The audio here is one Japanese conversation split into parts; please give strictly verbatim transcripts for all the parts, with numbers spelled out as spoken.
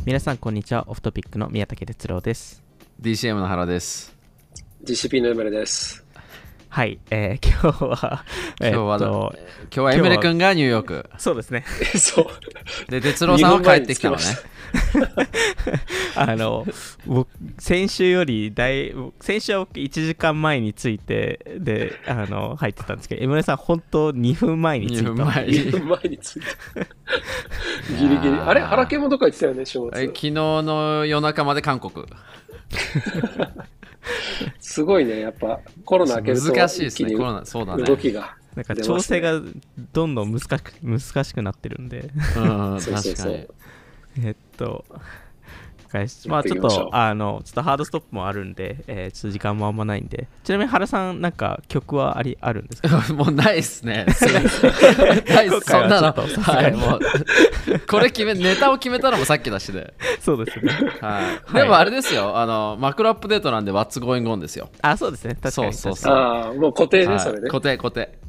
皆さんこんにちは。オフトピックの宮武哲郎です。 ディーシーエム の原です。 ディーシーピー のエムエルです。 はい、えー、今日は今日は、えっと、今日はエムレ君がニューヨーク。 そうですねそうで哲郎さんは帰ってきたのねあの僕先週より大先週は僕いちじかんまえに着いてであの入ってたんですけど、エムレさん本当にふんまえに着いた。にふんまえにふんまえに着いたギリギリ。あれ原家もどこ行ってたよね、正月。 昨日の夜中まで韓国すごいね、やっぱコロナ明けると難しいですね、コロナ。そうだね、 動きがなんか調整がどんどん難しく難しくなってるんでうんそうそうそう、確かにえっとまあちょっとあのちょっとハードストップもあるんで、えー、ちょっと時間もあんまないんで。ちなみに原さんなんか曲はありあるんですか？ もうないですね。ないっすそんなの。はい、もうこれ決めネタを決めたのもさっきだしで。 そうですね。 はい。でもあれですよ。あのマクロアップデートなんで What's Going On ですよ。 あ、そうですね。確かに。 そうそうそう。 ああ、もう固定ね、それね。 固定固定。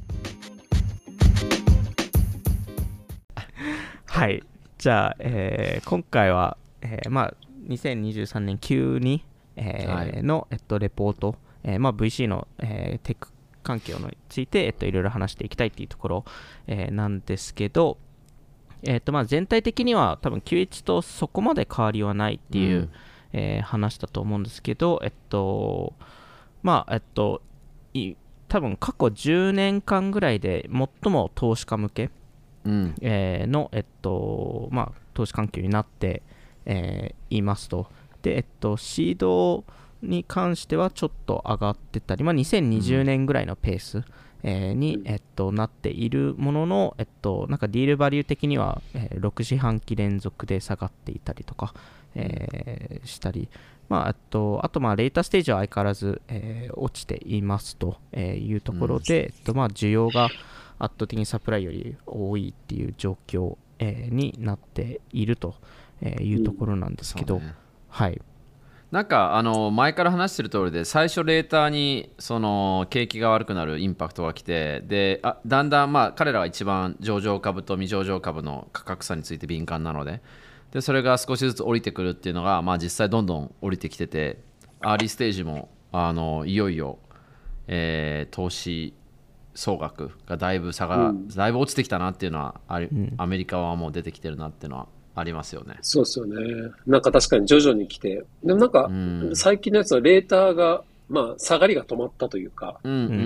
はい。じゃあ、えー、今回は、えー、まあにせんにじゅうさんねん急に、えーはい、の、えっと、レポート、えーまあ、ブイシー の、えー、テック環境について、えっと、いろいろ話していきたいというところ、えー、なんですけど、えーとまあ、全体的には多分 キューエイチ とそこまで変わりはないっていう、うんえー、話だと思うんですけど、えっとまあえっとい多分過去じゅうねんかんぐらいで最も投資家向け、うんえー、の、えっとまあ、投資環境になってえー、いますと。で、えっと、シードに関してはちょっと上がってたり、まあ、にせんにじゅうねんぐらいのペース、うんえー、に、えっと、なっているものの、えっと、なんかディールバリュー的には、えー、ろく四半期連続で下がっていたりとか、えー、したり、まあ、あと、あとまあレータステージは相変わらず、えー、落ちていますというところで、うんえっとまあ、需要が圧倒的にサプライより多いっていう状況、えー、になっていると。えー、いうところなんですけど、うんね、はい、 なんかあの前から話してる通りで、最初レーターにその景気が悪くなるインパクトが来て、であだんだんまあ彼らは一番上場株と未上場株の価格差について敏感なので、でそれが少しずつ降りてくるっていうのが、まあ、実際どんどん降りてきてて、アーリーステージもあのいよいよ、えー、投資総額がだいぶ差が、うん、だいぶ落ちてきたなっていうのはあり、うん、アメリカはもう出てきてるなっていうのはありますよね。 そうですよね。なんか確かに徐々に来て、でもなんか最近のやつはレーターが、まあ下がりが止まったというか、 うんうんうん、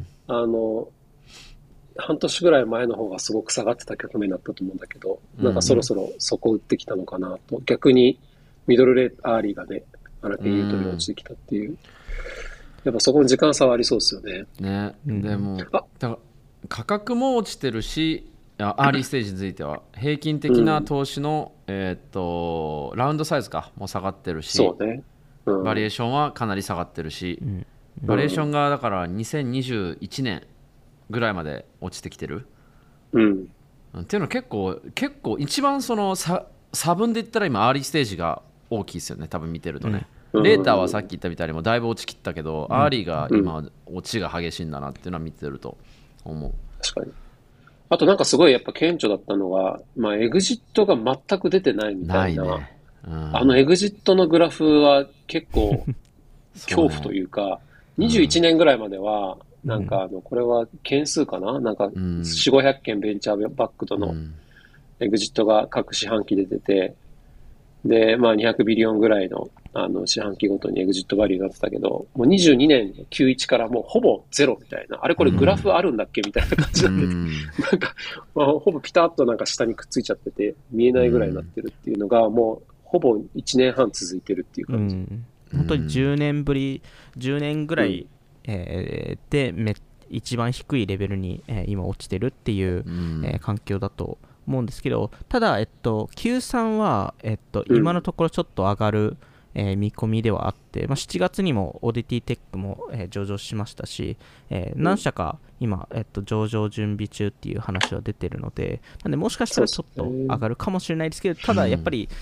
あの、半年ぐらい前の方がすごく下がってた局面だったと思うんだけど、なんかそろそろ底打ってきたのかなと、逆にミドルレーアーリーがね、あらけにとに落ちてきたっていう、やっぱそこの時間差はありそうですよね。 ね、でも、あだから価格も落ちてるし、アーリーステージについては平均的な投資の、うん、えー、っとラウンドサイズかも下がってるし、 そうね、 うん、バリエーションはかなり下がってるし、うん、バリエーションがだからにせんにじゅういちねんぐらいまで落ちてきてる、 うん、 っていうのは結構結構一番その差差分で言ったら今アーリーステージが大きいですよね、多分見てるとね、うん、レーターはさっき言ったみたいにもだいぶ落ちきったけど、うん、アーリーが今落ちが激しいんだなっていうのは見てると思う。 確かに。あとなんかすごいやっぱ顕著だったのは、まあエグジットが全く出てないみたいな。ないね。うん、あのエグジットのグラフは結構恐怖というか、ね、にじゅういちねんぐらいまでは、なんかあの、これは件数かななんかよん、ごひゃくけんベンチャーバックドのエグジットが各四半期で出て、で、まあにひゃくビリオンぐらいのあの四半期ごとにエグジットバリューになってたけど、もうにじゅうにねんのきゅうじゅういちからもうほぼゼロみたいな、あれこれグラフあるんだっけみたいな感じになってて、うん、なんか、まあ、ほぼピタッとなんか下にくっついちゃってて、見えないぐらいになってるっていうのが、もうほぼいちねんはん続いてるっていう感じ。うん、 本当にじゅうねんぶり、じゅうねんぐらい、うんえー、でめ一番低いレベルに、えー、今落ちてるっていう、うんえー、環境だと思うんですけど、ただ、えっと、キュースリー は、えっと、今のところちょっと上がる、えー、見込みではあって、まあ、しちがつにもオーディティテックも、えー、上場しましたし、えー、何社か今、えっと、上場準備中っていう話は出てるので、なんでもしかしたらちょっと上がるかもしれないですけど、ただやっぱり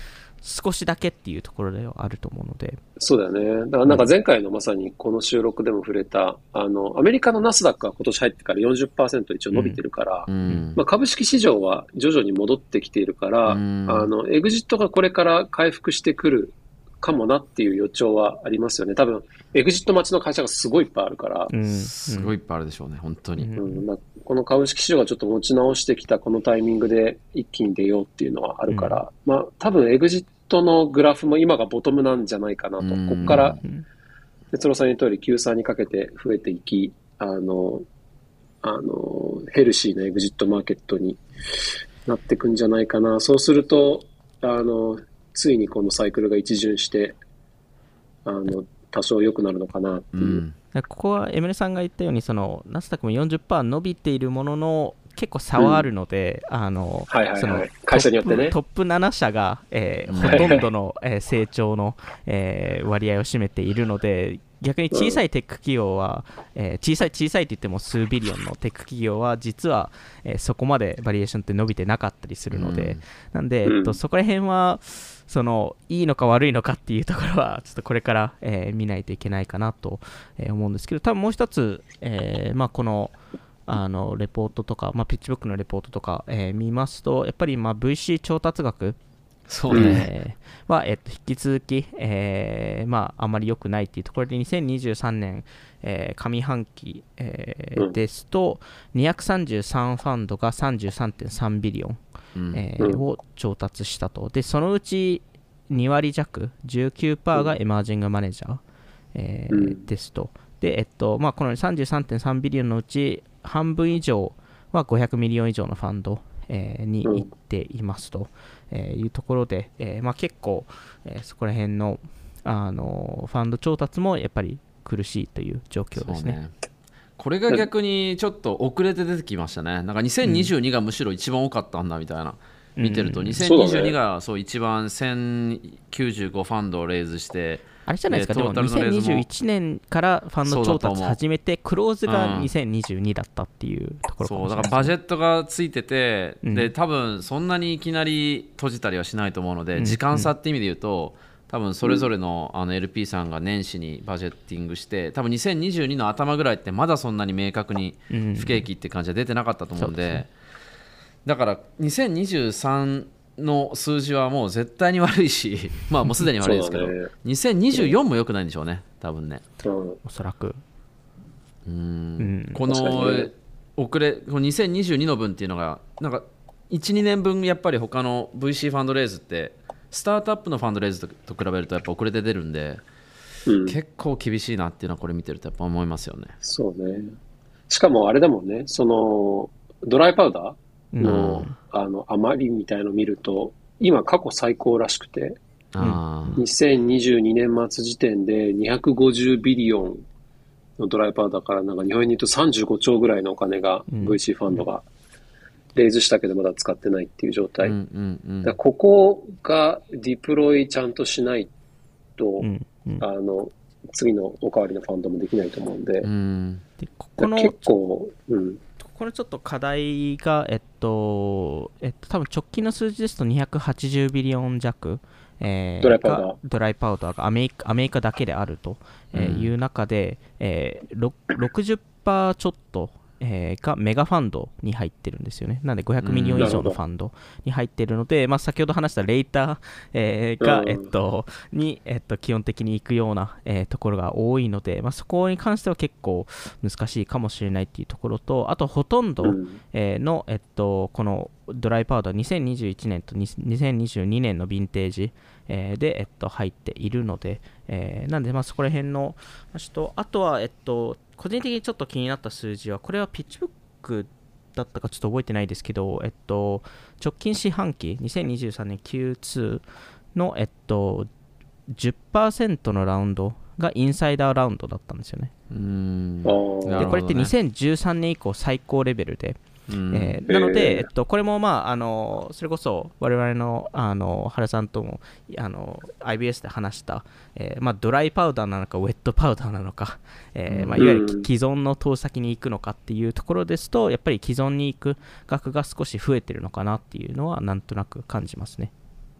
少しだけっていうところではあると思うので。 そうだよね。だからなんか前回のまさにこの収録でも触れた、あの、アメリカのナスダックが今年入ってから よんじゅっパーセント 一応伸びてるから、 うんまあ、株式市場は徐々に戻ってきているから、 うんあの、エグジットがこれから回復してくるかもなっていう予兆はありますよね。多分、エグジット待ちの会社がすごいいっぱいあるから、 うんすごいいっぱいあるでしょうね、本当に。 うん、だこの株式市場がちょっと持ち直してきたこのタイミングで一気に出ようっていうのはあるから、まあ多分エグジットのグラフも今がボトムなんじゃないかなと。 うんここからうん哲郎さんの言う通り キュースリー にかけて増えていき、あの、あの、ヘルシーなエグジットマーケットになっていくんじゃないかな。そうすると、あの、ついにこのサイクルが一巡して、あの、多少良くなるのかなっていう。 うんここはエムエルさんが言ったようにそのナスダックも よんじゅっパーセント 伸びているものの結構差はあるので、うん、あのはいはいはい、 その会社によってねトップなな社が、えー、ほとんどの、えー、成長の、えー、割合を占めているので、逆に小さいテック企業は、えー、小さい小さいって言っても数ビリオンのテック企業は実は、えー、そこまでバリエーションって伸びてなかったりするので、うん、なんで、えっと、そこら辺はそのいいのか悪いのかっていうところはちょっとこれから、えー、見ないといけないかなと、えー、思うんですけど、多分もう一つ、えーまあ、このあのレポートとか、まあ、ピッチブックのレポートとか、えー、見ますとやっぱりまあ ブイシー 調達額そうね、 えーはえっと、引き続き、えーまあ、あまり良くないというところでにせんにじゅうさんねん、えー、上半期、えー、ですとにひゃくさんじゅうさんファンドが さんじゅうさんてんさんビリオン、うんえー、を調達したと。でそのうちに割弱 じゅうきゅうパーセント がエマージングマネージャー、えーうん、ですと。で、えっとまあ、この さんじゅうさんてんさんビリオンのうち半分以上はごひゃくミリオン以上のファンド、えー、に行っていますと、えー、いうところで、えーまあ、結構、えー、そこら辺の、あのー、ファンド調達もやっぱり苦しいという状況です ね, ねこれが逆にちょっと遅れて出てきましたね。なんかにせんにじゅうにがむしろ一番多かったんだみたいな、うん、見てるとにせんにじゅうにがそう一番せんきゅうじゅうごファンドをレイズしてあれじゃないですか、でもにせんにじゅういちねんからファンド調達始めてクローズがにせんにじゅうにだったっていうところかもしれないですね。そうだからバジェットがついてて、うん、で多分そんなにいきなり閉じたりはしないと思うので、うん、時間差って意味で言うと多分それぞれ の, あの エルピー さんが年始にバジェッティングして多分にせんにじゅうにの頭ぐらいってまだそんなに明確に不景気って感じは出てなかったと思うんで、うん、だからにせんにじゅうさんの数字はもう絶対に悪いしまあもうすでに悪いですけど、ね、にせんにじゅうよんも良くないんでしょうね多分ね、 うん、 おそらくうーん、うん、この遅れこのにせんにじゅうにの分っていうのがなんか いちにねんぶんやっぱり他の ブイシー ファンドレイズってスタートアップのファンドレイズ と, と比べるとやっぱ遅れて出るんで、うん、結構厳しいなっていうのはこれ見てるとやっぱ思いますよね。 そうね。しかもあれだもんね、そのドライパウダーの、うん、あの余りみたいのを見ると今過去最高らしくて、あにせんにじゅうにねん末時点でにひゃくごじゅうビリオンのドライパウダーからなんか日本円に言うとさんじゅうごちょうぐらいのお金が ブイシー ファンドがレイズしたけどまだ使ってないっていう状態、うんうんうん、だここがディプロイちゃんとしないと、うんうん、あの次のおかわりのファンドもできないと思うんで、うん、でここの結構、うん、 これちょっと課題がえっとえっと多分直近の数字ですとにひゃくはちじゅうビリオン弱、えー、ドライパウダードライパウダーがアメリカ、アメリカだけであるという中で、うんえー、ろくじゅっパーセントちょっとえー、がメガファンドに入ってるんですよね。なのでごひゃくミリオン以上のファンドに入ってるので、まあ、先ほど話したレイター、えー、が、えっと、に、えっと、基本的に行くような、えー、ところが多いので、まあ、そこに関しては結構難しいかもしれないっていうところと、あとほとんど、えー、の、えっと、このドライパウダーにせんにじゅういちねんとにせんにじゅうにねんのヴィンテージ、えー、で、えっと、入っているので、えー、なんで、まあ、そこら辺の話と、あとは、えっと、個人的にちょっと気になった数字は、これはピッチブックだったかちょっと覚えてないですけど、えっと、直近四半期、にせんにじゅうさんねん キューツー の、えっと、じゅっパーセントのラウンドがインサイダーラウンドだったんですよね。うーんで、これってにせんじゅうさんねん以降最高レベルで、えー、なので、えっと、これも、まあ、あのそれこそ我々の、あの原さんともあの アイビーエス で話した、えーまあ、ドライパウダーなのかウェットパウダーなのか、えーまあ、いわゆる既存の投資先に行くのかっていうところですとやっぱり既存に行く額が少し増えてるのかなっていうのはなんとなく感じますね。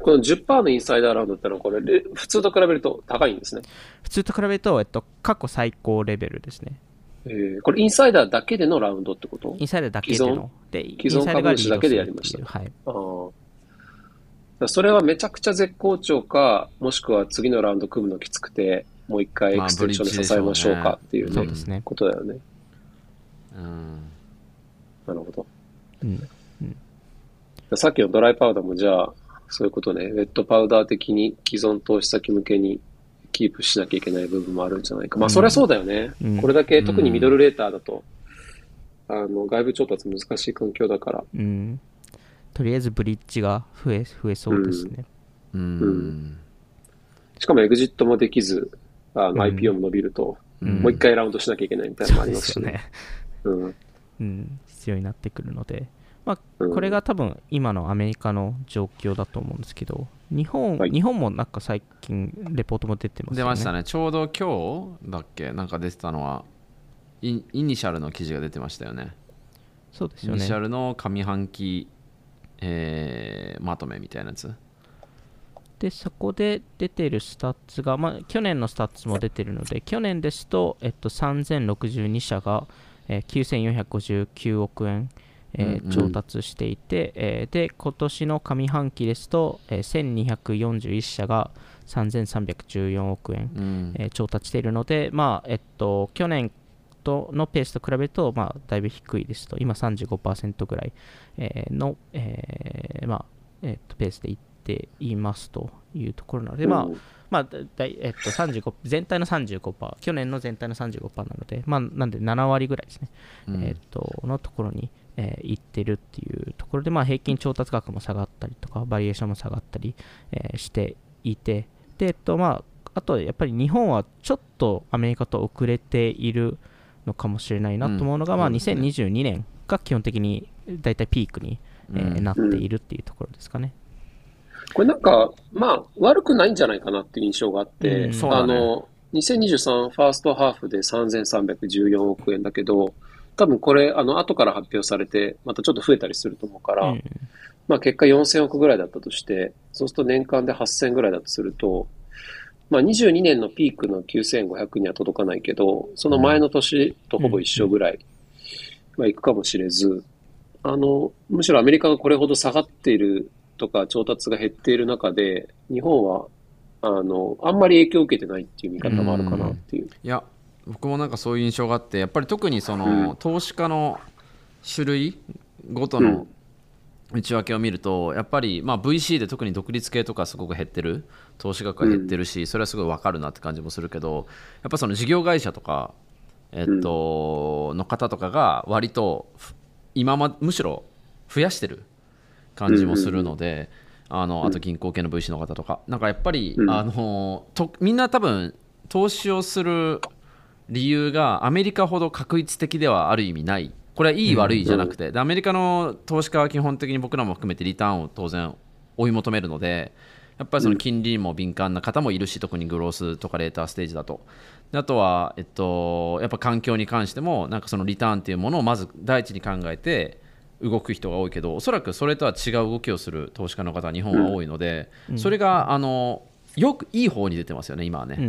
この じゅっパーセント のインサイダーラウンドってのはこれレ普通と比べると高いんですね。 普通と比べると、えっと、過去最高レベルですね。 えー、これインサイダーだけでのラウンドってこと？ インサイダーだけでの。で、 既存株主だけでやりました。 はい。 あそれはめちゃくちゃ絶好調か、もしくは次のラウンド組むのきつくて、もう一回エクステンションで支えましょうかっていう、ね、 そうですね、 ことだよね。 うん、 なるほど。 うんうん、 さっきのドライパウダーもじゃあ、そういうことね、ウェットパウダー的に既存投資先向けにキープしなきゃいけない部分もあるんじゃないか。まあ、そりゃそうだよね。うん、これだけ、特にミドルレーターだと、うん、あの外部調達難しい環境だから。 うん、とりあえずブリッジが増え、増えそうですね。 うんうん、しかもエグジットもできず、あの アイピーオー も伸びると、うん、もう一回ラウンドしなきゃいけないみたいなのもありますしね。 うんうん、必要になってくるので、まあ、これが多分今のアメリカの状況だと思うんですけど、日本、はい、日本もなんか最近レポートも出てますよね。 出ましたね。ちょうど今日だっけなんか出てたのはイン、イニシャルの記事が出てましたよね。 そうですよね。 イニシャルの上半期、えー、まとめみたいなやつで、そこで出てるスタッツが、まあ、去年のスタッツも出てるので、去年ですと、えっと、さんぜんろくじゅうにしゃが、えー、きゅうせんよんひゃくごじゅうきゅうおくえん、えーうんうん、調達していて、えー、で、今年の上半期ですと、えー、せんにひゃくよんじゅういちしゃがさんぜんさんびゃくじゅうよんおくえん、うんえー、調達しているので、まあえっと、去年とのペースと比べると、まあ、だいぶ低いですと、今 さんじゅうごパーセント ぐらい、えー、の、えーまあえー、とペースでいっていますというところなので、まあまあだいえっと、さんじゅうご全体の さんじゅうごパーセント、去年の全体の さんじゅうごパーセント なので、まあ、なんでななわりぐらいですね、うんえっとのところに、えー、いってるっていうところで、まあ、平均調達額も下がったりとか、バリエーションも下がったり、えー、していて、でえっとまあ、あとやっぱり日本はちょっとアメリカと遅れているのかもしれないなと思うのが、うんまあ、にせんにじゅうにねんが基本的にだいたいピークに、えーうん、なっているっていうところですかね。 これなんか、まあ、悪くないんじゃないかなっていう印象があって、 うんあの、にせんにじゅうさんファーストハーフでさんぜんさんびゃくじゅうよんおくえんだけど、多分これ、あの、後から発表されて、またちょっと増えたりすると思うから、うん、まあ結果よんせんおくぐらいだったとして、そうすると年間ではっせんぐらいだとすると、まあにじゅうにねんのピークのきゅうせんごひゃくには届かないけど、その前の年とほぼ一緒ぐらい、まあいくかもしれず、あの、むしろアメリカがこれほど下がっているとか調達が減っている中で、日本は、あの、あんまり影響を受けてないっていう見方もあるかなっていう。ういや、僕もなんかそういう印象があって、やっぱり特にその、うん、投資家の種類ごとの内訳を見ると、やっぱり、まあ、ブイシー で特に独立系とかすごく減ってる、投資額が減ってるし、それはすごい分かるなって感じもするけど、やっぱその事業会社とか、えっと、の方とかが割と今まむしろ増やしてる感じもするので、あのあと銀行系の ブイシー の方とか、なんかやっぱり、あのとみんな多分投資をする理由がアメリカほど確一的ではある意味ない。これはいい悪いじゃなくて、でアメリカの投資家は基本的に僕らも含めてリターンを当然追い求めるので、やっぱりその金利も敏感な方もいるし、特にグロースとかレーターステージだと、であとは、えっと、やっぱ環境に関してもなんかそのリターンっていうものをまず第一に考えて動く人が多いけど、おそらくそれとは違う動きをする投資家の方は日本は多いので、うん、それがあのよくいい方に出てますよね今はね、うん、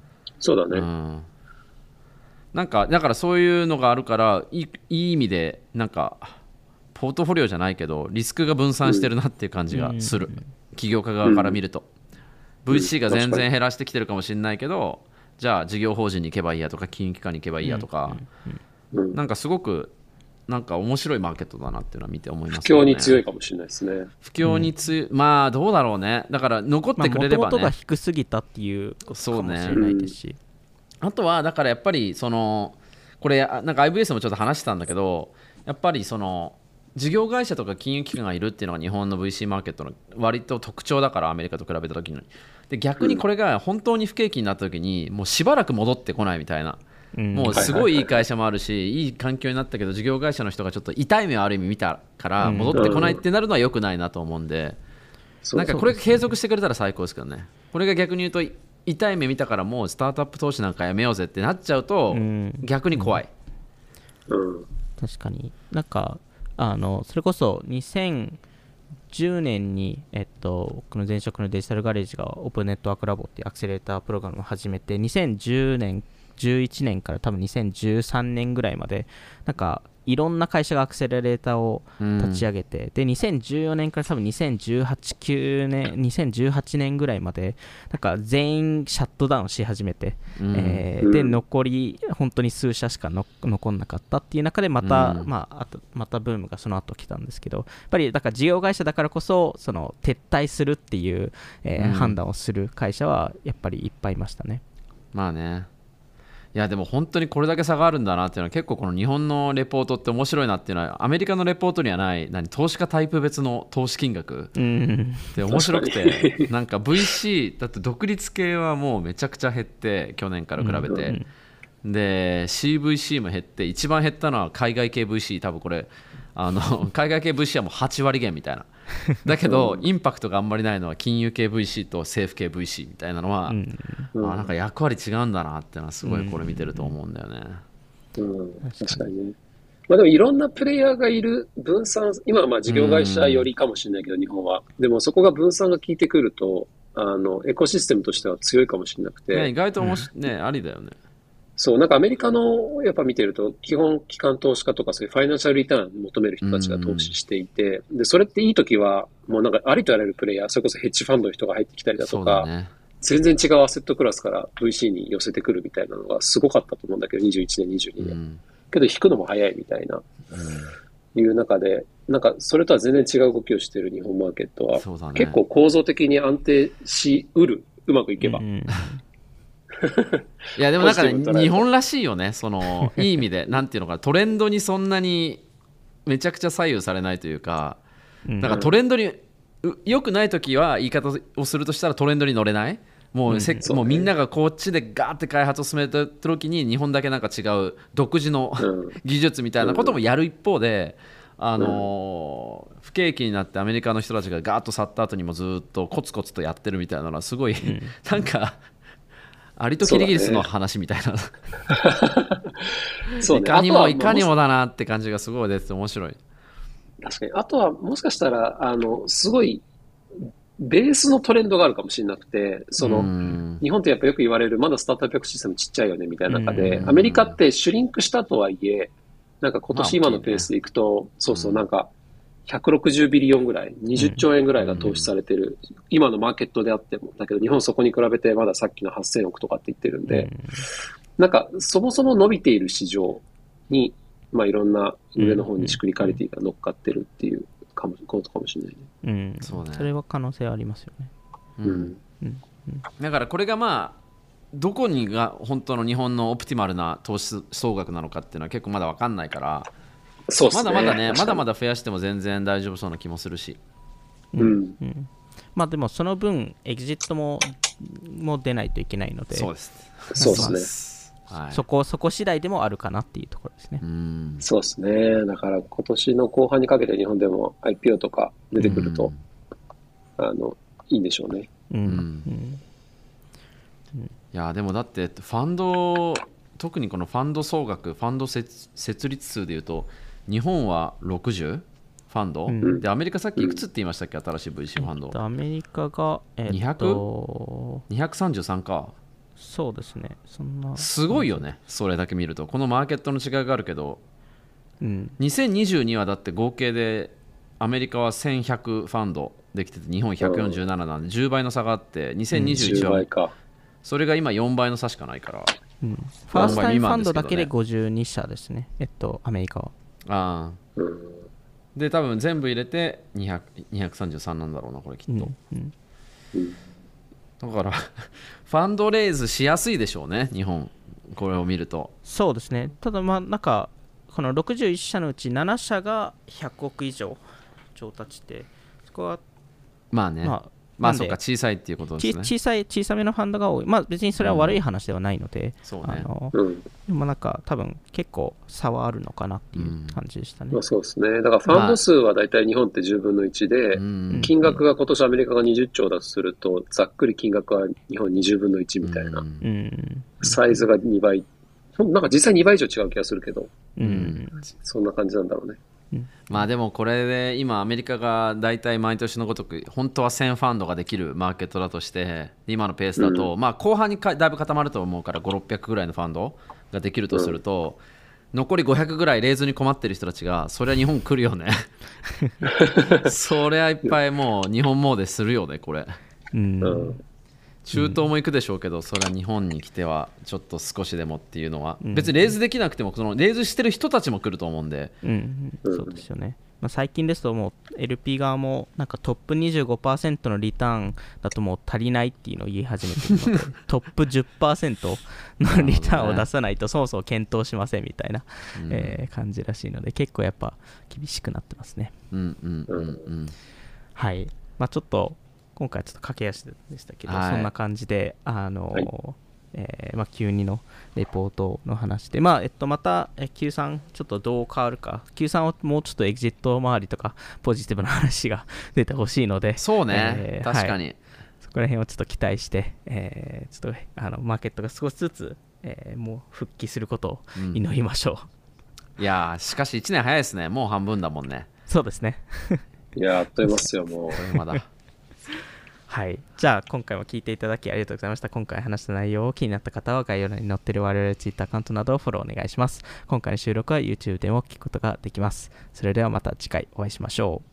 そうだね、 うん、なんかだからそういうのがあるからいい、いい意味でなんかポートフォリオじゃないけどリスクが分散してるなっていう感じがする、うん、企業家側から見ると、うん、ブイシー が全然減らしてきてるかもしれないけど、じゃあ事業法人に行けばいいやとか金融機関に行けばいいやとか、うん、なんかすごくなんか面白いマーケットだなっていうのは見て思いますね。 不況に強いかもしれないですね。 不況に強い、うん、まあどうだろうね。だから残ってくれればね。 元々が低すぎたっていうことかもしれないですし、ね、 うん、あとはだからやっぱりそのこれなんか アイブイエス もちょっと話してたんだけど、やっぱりその事業会社とか金融機関がいるっていうのが日本の ブイシー マーケットの割と特徴だから、アメリカと比べた時に。で逆にこれが本当に不景気になった時にもうしばらく戻ってこないみたいな、うん、もうすごいいい会社もあるしいい環境になったけど事業会社の人がちょっと痛い目をある意味見たから戻ってこないってなるのは良くないなと思うんで、うん、なんかこれが継続してくれたら最高ですけどね。これが逆に言うと痛い目見たからもうスタートアップ投資なんかやめようぜってなっちゃうと逆に怖い、 うんうん、 確かになんかあのそれこそにせんじゅうねんに、えっと、僕の前職のデジタルガレージがオープンネットワークラボっていうアクセレータープログラムを始めて、にせんじゅうねん、じゅういちねんから多分にせんじゅうさんねんぐらいまで、なんかいろんな会社がアクセラレーターを立ち上げて、うん、でにせんじゅうよねんから多分にせんじゅうはち、きゅうねん、にせんじゅうはちねんぐらいまでなんか全員シャットダウンし始めて、うん、えー、で残り本当に数社しかの残んなかったっていう中でまた、うん、まあ、あとまたブームがその後来たんですけど、やっぱりだから事業会社だからこそその撤退するっていう、えーうん、判断をする会社はやっぱりいっぱいいましたね。 まあね、いやでも本当にこれだけ差があるんだなっていうのは結構この日本のレポートって面白いなっていうのはアメリカのレポートにはない何投資家タイプ別の投資金額って面白くて、なんか ブイシー だって独立系はもうめちゃくちゃ減って去年から比べて、で シーブイシー も減って一番減ったのは海外系 ブイシー、 多分これあの海外系 ブイシー はもうはちわり減みたいな、だけどインパクトがあんまりないのは金融系 ブイシー と政府系 ブイシー みたいなのは、うん、あなんか役割違うんだなっていうのはすごいこれ見てると思うんだよね。 うん、うん、確かにね。まあ、でもいろんなプレイヤーがいる分散、今はまあ事業会社よりかもしれないけど、日本はでもそこが分散が効いてくるとあのエコシステムとしては強いかもしれなくて、 ね、意外ともし、ね、ありだよね。 そう、なんかアメリカのやっぱ見てると、基本機関投資家とかそういうファイナンシャルリターンを求める人たちが投資していて、で、それっていい時は、もうなんかありとあらゆるプレイヤー、それこそヘッジファンドの人が入ってきたりだとか、ね、全然違うアセットクラスから ブイシー に寄せてくるみたいなのがすごかったと思うんだけど、にじゅういちねん、にじゅうにねん。うん、けど引くのも早いみたいな、うん、いう中で、なんかそれとは全然違う動きをしている日本マーケットは、ね、結構構造的に安定しうる、うまくいけば。うんいやでもなんかね日本らしいよね、そのいい意味でなんていうのかトレンドにそんなにめちゃくちゃ左右されないというか、なんかトレンドに良くない時は言い方をするとしたらトレンドに乗れない、もう、うん、もうみんながこっちでガーって開発を進めた時に日本だけなんか違う独自の、うん、技術みたいなこともやる一方で、あのー、不景気になってアメリカの人たちがガーッと去った後にもずっとコツコツとやってるみたいなのはすごい、うん、なんかアリとキリギリスの話みたいな、そう、ね、いかにもいかにもだなって感じがすごい出てて面白い。 確かに。あとはもしかしたらあのすごいベースのトレンドがあるかもしれなくて、その日本ってやっぱよく言われるまだスタートアップエコシステムちっちゃいよねみたいな中で、アメリカってシュリンクしたとはいえなんか今年今のペースでいくと、そうそうなんかひゃくろくじゅうビリオンぐらい、にじゅっちょうえんぐらいが投資されてる、うん、今のマーケットであっても、だけど日本そこに比べてまださっきのはっせんおくとかって言ってるんで、うん、なんかそもそも伸びている市場に、まあいろんな上の方にシクリカリティが乗っかってるっていうかもことかもしれないね。 うん、そうね。それは可能性ありますよね。 うんうんうん、だからこれがまあどこにが本当の日本のオプティマルな投資総額なのかっていうのは結構まだ分かんないから。 そうですね、 まだまだね、まだまだ増やしても全然大丈夫そうな気もするし、 うんうん、まあでもその分エグジットもも出ないといけないので、 そうです、 そうですね、はい、そこそこ次第でもあるかなっていうところですね。 うん、そうですね。だから今年の後半にかけて日本でも アイピーオー とか出てくると、うん、あのいいんでしょうね。うんうんうん、いやでもだってファンド特にこのファンド総額ファンド 設, 設立数でいうと日本はろくじゅうファンド、うん、でアメリカさっきいくつって言いましたっけ、新しい ブイシー ファンド、 えっと、アメリカが、えっと、 にひゃく? にひゃくさんじゅうさんか。 そうですね。そんなすごいよね、それだけ見ると。このマーケットの違いがあるけど、うん、にせんにじゅうにはだって合計でアメリカはせんひゃくファンドできてて日本ひゃくよんじゅうなななんでじゅうばいの差があって、にせんにじゅういちは、うん、それが今よんばいの差しかないから、うん、 ファーストタイムファンドだけでごじゅうにしゃですね、えっと、アメリカは。 ああ、で多分全部入れてにひゃく、にひゃくさんじゅうさんなんだろうなこれきっと、うんうん、だからファンドレイズしやすいでしょうね日本、これを見ると。 そうですね。ただまあなんかこのろくじゅういっしゃのうちななしゃがひゃくおく以上調達して、そこはまあね、まあまあそうか、小さいっていうことですね。 小さい小さめのファンドが多い。まあ別にそれは悪い話ではないので、うん、 そうね、 あの、うん、でもなんか多分結構差はあるのかなっていう感じでしたね。 うん、まあ、そうですね。だからファンド数はだいたい日本ってじゅうぶんのいちで、まあ、金額が今年アメリカがにじゅっちょうだとすると、ざっくり金額は日本にじゅうぶんのいちみたいな、うん、サイズがにばい、なんか実際にばい以上違う気がするけど、うん、そんな感じなんだろうね。 うん、 まあでもこれで今アメリカが大体毎年のごとく本当はせんファンドができるマーケットだとして今のペースだと、うん、まあ後半にかだいぶ固まると思うからごひゃく、ろっぴゃくぐらいのファンドができるとすると、うん、残りごひゃくぐらいレーズに困ってる人たちがそれは日本来るよねそれはいっぱいもう日本詣でするよねこれ、 うん、 中東も行くでしょうけど、それは日本に来てはちょっと少しでもっていうのは、うん、別にレーズできなくてもそのレーズしてる人たちも来ると思うんで、 うんうん、そうですよね。まあ、最近ですともう エルピー 側もなんかトップ にじゅうごパーセント のリターンだともう足りないっていうのを言い始めているのでトップ じゅっパーセント のリターンを出さないとそもそも検討しませんみたいな、うんえー、感じらしいので結構やっぱ厳しくなってますね。 うんうんうんうん、 はい、まあ、ちょっと今回はちょっと駆け足でしたけど、はい、そんな感じであの、はいえーまあ、キューツー のレポートの話で、まあえっと、また キュースリー ちょっとどう変わるか キュースリー はもうちょっとエグジット周りとかポジティブな話が出てほしいのでそうね、えー、確かに、 はい、そこら辺をちょっと期待して、えー、ちょっとあのマーケットが少しずつ、えー、もう復帰することを祈りましょう、うん、いやしかしいちねん早いですね。もう半分だもんね。 そうですねいやあっという間ですよもうまだはい、じゃあ今回も聞いていただきありがとうございました。今回話した内容を気になった方は概要欄に載っている我々ツイッターアカウントなどをフォローお願いします。今回の収録は YouTube でも聞くことができます。それではまた次回お会いしましょう。